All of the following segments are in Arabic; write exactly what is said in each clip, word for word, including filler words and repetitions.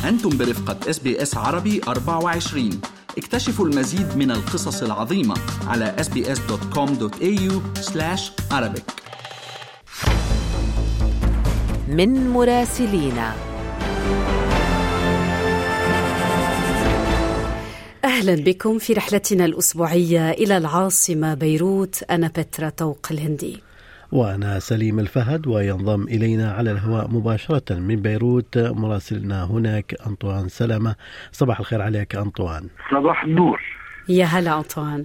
أنتم برفقة إس بي إس عربي أربعة وعشرين. اكتشفوا المزيد من القصص العظيمة على إس بي إس دوت كوم دوت إيه يو سلاش عربيك. من مراسلينا. أهلا بكم في رحلتنا الأسبوعية إلى العاصمة بيروت. أنا بترا طوق الهندي وأنا سليم الفهد، وينضم إلينا على الهواء مباشرة من بيروت مراسلنا هناك أنطوان سلامة. صباح الخير عليك أنطوان. صباح النور. يا هلا أنطوان.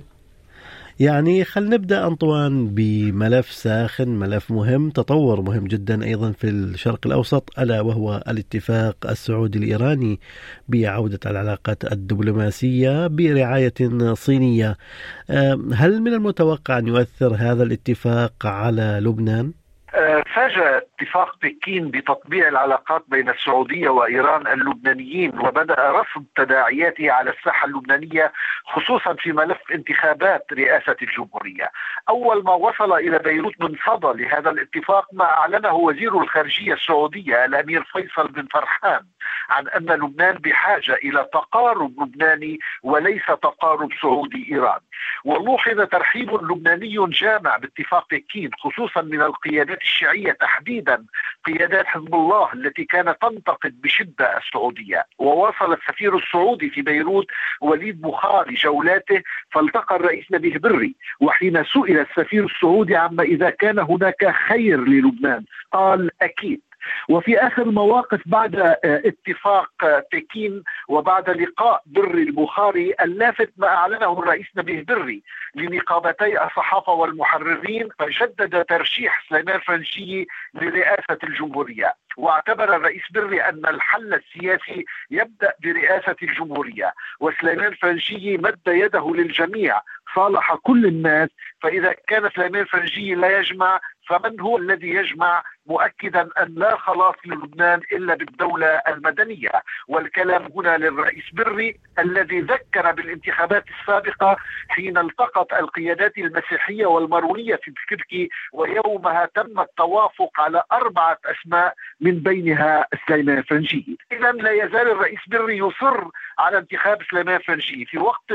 يعني خل نبدأ أنطوان بملف ساخن، ملف مهم، تطور مهم جدا أيضا في الشرق الأوسط، ألا وهو الاتفاق السعودي الإيراني بعودة العلاقات الدبلوماسية برعاية صينية. هل من المتوقع أن يؤثر هذا الاتفاق على لبنان؟ فاجأ اتفاق بكين بتطبيع العلاقات بين السعودية وإيران اللبنانيين، وبدأ رصد تداعياته على الساحة اللبنانية خصوصا في ملف انتخابات رئاسة الجمهورية. أول ما وصل إلى بيروت من صدى لهذا الاتفاق ما أعلنه وزير الخارجية السعودية الأمير فيصل بن فرحان عن أن لبنان بحاجة إلى تقارب لبناني وليس تقارب سعودي إيران. ولوحظ ترحيب لبناني جامع باتفاق بكين خصوصا من القيادات الشيعية، تحديدا قيادات حزب الله التي كانت تنتقد بشدة السعودية. وواصل السفير السعودي في بيروت وليد بخاري جولاته، فالتقى الرئيس نبيه بري، وحين سئل السفير السعودي عما إذا كان هناك خير للبنان قال أكيد. وفي آخر المواقف بعد اتفاق بكين وبعد لقاء بري البخاري، اللافت ما أعلنه الرئيس نبيه بري لنقابتي الصحافة والمحررين، فجدد ترشيح سليمان فرنشي لرئاسة الجمهورية. واعتبر الرئيس بري أن الحل السياسي يبدأ برئاسة الجمهورية، وسليمان فرنشي مد يده للجميع، صالح كل الناس. فإذا كان سليمان فرنشي لا يجمع فمن هو الذي يجمع؟ مؤكدا أن لا خلاص للبنان إلا بالدولة المدنية. والكلام هنا للرئيس بري الذي ذكر بالانتخابات السابقة حين التقت القيادات المسيحية والمارونية في بشكركي، ويومها تم التوافق على أربعة أسماء من بينها سليمان فرنشي. إذا لا يزال الرئيس بري يصر على انتخاب سليمان فرنشي في وقت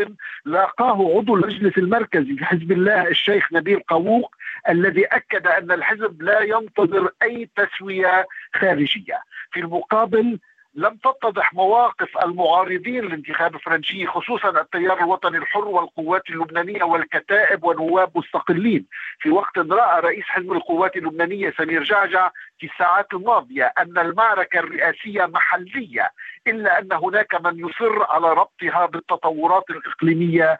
لاقاه عضو المجلس المركزي في حزب الله الشيخ نبيل قووق، الذي أكد أن الحزب لا ينتظر أي تسوية خارجية. في المقابل لم تتضح مواقف المعارضين لانتخاب فرنشي، خصوصا التيار الوطني الحر والقوات اللبنانية والكتائب ونواب مستقلين، في وقت رأى رئيس حزب القوات اللبنانية سمير جعجع في الساعات الماضية أن المعركة الرئاسية محلية، إلا أن هناك من يصر على ربطها بالتطورات الإقليمية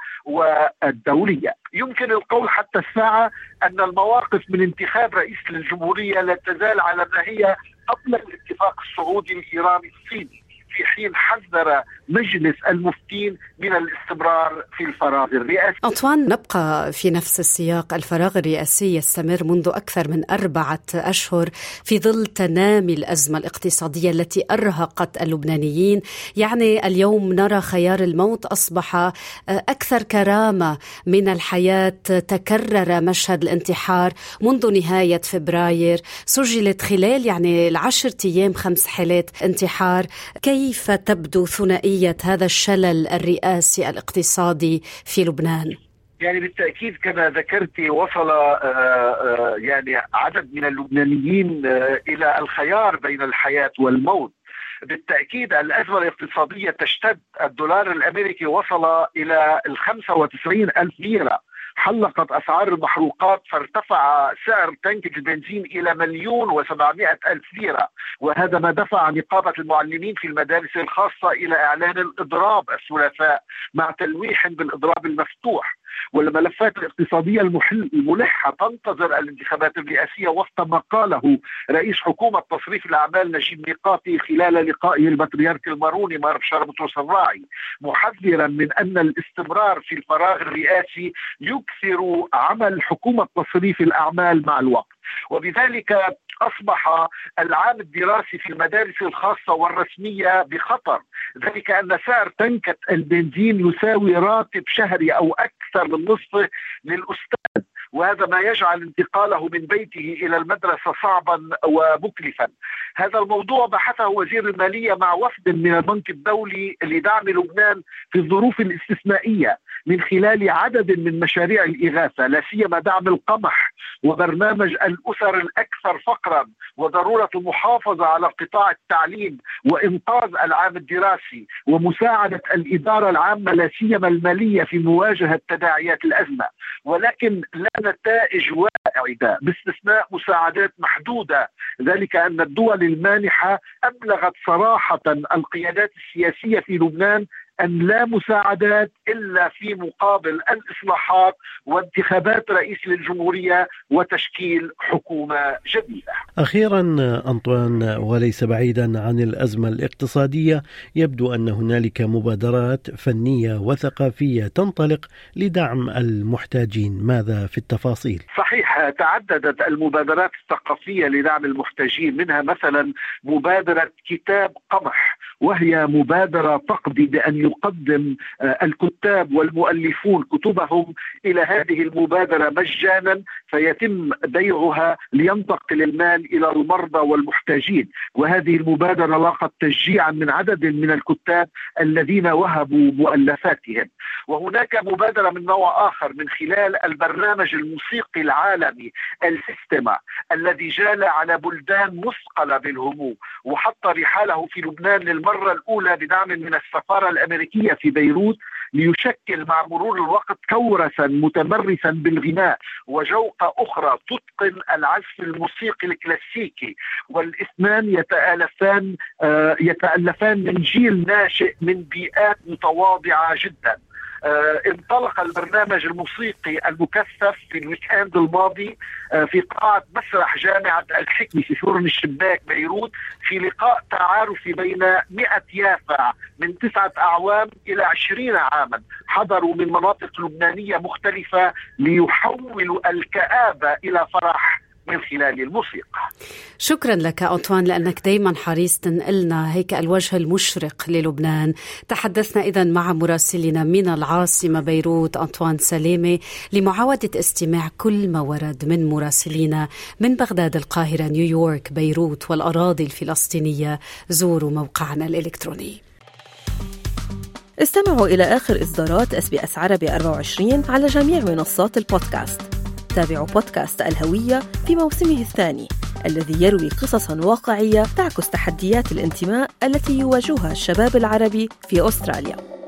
والدولية. يمكن القول حتى الساعة أن المواقف من انتخاب رئيس للجمهورية لا تزال على ما هي قبل الاتفاق السعودي الإيراني الصيني، في حين حذر مجلس المفتين من الاستمرار في الفراغ الرئاسي. أنطوان، نبقى في نفس السياق. الفراغ الرئاسي يستمر منذ أكثر من أربعة أشهر في ظل تنامي الأزمة الاقتصادية التي أرهقت اللبنانيين. يعني اليوم نرى خيار الموت أصبح أكثر كرامة من الحياة. تكرر مشهد الانتحار منذ نهاية فبراير، سجلت خلال يعني العشر أيام خمس حالات انتحار. كيف تبدو ثنائية هذا الشلل الرئاسي الاقتصادي في لبنان؟ يعني بالتأكيد كما ذكرت وصل يعني عدد من اللبنانيين إلى الخيار بين الحياة والموت. بالتأكيد الأزمة الاقتصادية تشتد. الدولار الأمريكي وصل إلى الخمسة وتسعين ألف ليرة، حلقت أسعار المحروقات، فارتفع سعر تنك البنزين إلى مليون وسبعمائة ألف ليرة. وهذا ما دفع نقابة المعلمين في المدارس الخاصة إلى إعلان الإضراب الثلاثاء مع تلويح بالإضراب المفتوح. والملفات الاقتصادية الملحة تنتظر الانتخابات الرئاسية وفق ما قاله رئيس حكومة تصريف الأعمال نجيب ميقاتي خلال لقائه البطريرك الماروني مارشال بطرس الراعي، محذرا من أن الاستمرار في الفراغ الرئاسي يكثر عمل حكومة تصريف الأعمال مع الوقت. وبذلك أصبح العام الدراسي في المدارس الخاصة والرسمية بخطر، ذلك أن سعر تنكة البنزين يساوي راتب شهري أو أكثر من نصفه للأستاذ، وهذا ما يجعل انتقاله من بيته إلى المدرسة صعبا ومكلفا. هذا الموضوع بحثه وزير المالية مع وفد من البنك الدولي لدعم لبنان في الظروف الاستثنائية من خلال عدد من مشاريع الإغاثة، لا سيما دعم القمح وبرنامج الأسر الأكثر فقرا وضرورة المحافظة على قطاع التعليم وإنقاذ العام الدراسي ومساعدة الإدارة العامة لا سيما المالية في مواجهة تداعيات الأزمة. ولكن لا نتائج واعدة باستثناء مساعدات محدودة، ذلك أن الدول المانحة أبلغت صراحة القيادات السياسية في لبنان أن لا مساعدات إلا في مقابل الإصلاحات وانتخابات رئيس للجمهورية وتشكيل حكومة جديدة. أخيرا أنطوان، وليس بعيدا عن الأزمة الاقتصادية، يبدو أن هنالك مبادرات فنية وثقافية تنطلق لدعم المحتاجين، ماذا في التفاصيل؟ صحيح، تعددت المبادرات الثقافية لدعم المحتاجين، منها مثلا مبادرة كتاب قمح، وهي مبادرة تقضي بأن يقدم الكتاب والمؤلفون كتبهم إلى هذه المبادرة مجانا، فيتم بيعها لينتقل المال إلى المرضى والمحتاجين. وهذه المبادرة لاقت تشجيعا من عدد من الكتاب الذين وهبوا مؤلفاتهم. وهناك مبادرة من نوع آخر من خلال البرنامج الموسيقي العالمي السيستما الذي جال على بلدان مثقلة بالهموم وحط رحاله في لبنان للمرة الأولى بدعم من السفارة الأمريكية في بيروت، ليشكل مع مرور الوقت كورسا متمرسا بالغناء وجوقة أخرى تتقن العزف الموسيقي الكلاسيكي، والاثنان يتآلفان آه يتألفان من جيل ناشئ من بيئات متواضعة جدا. آه انطلق البرنامج الموسيقي المكثف في الويكاند الماضي آه في قاعة مسرح جامعة الحكمة في فرن الشباك بيروت، في لقاء تعارفي بين مئة يافع من تسعة أعوام إلى عشرين عاما حضروا من مناطق لبنانية مختلفة ليحولوا الكآبة إلى فرح من خلال الموسيقى. شكرا لك أنطوان، لأنك دايما حريص تنقلنا هيك الوجه المشرق للبنان. تحدثنا إذن مع مراسلنا من العاصمة بيروت أنطوان سلامة لمعاودة استماع كل ما ورد من مراسلينا من بغداد، القاهرة، نيويورك، بيروت والأراضي الفلسطينية. زوروا موقعنا الإلكتروني. استمعوا إلى آخر إصدارات إس بي إس عربي أربعة وعشرين على جميع منصات البودكاست. تابعوا بودكاست الهوية في موسمه الثاني الذي يروي قصصاً واقعية تعكس تحديات الانتماء التي يواجهها الشباب العربي في أستراليا.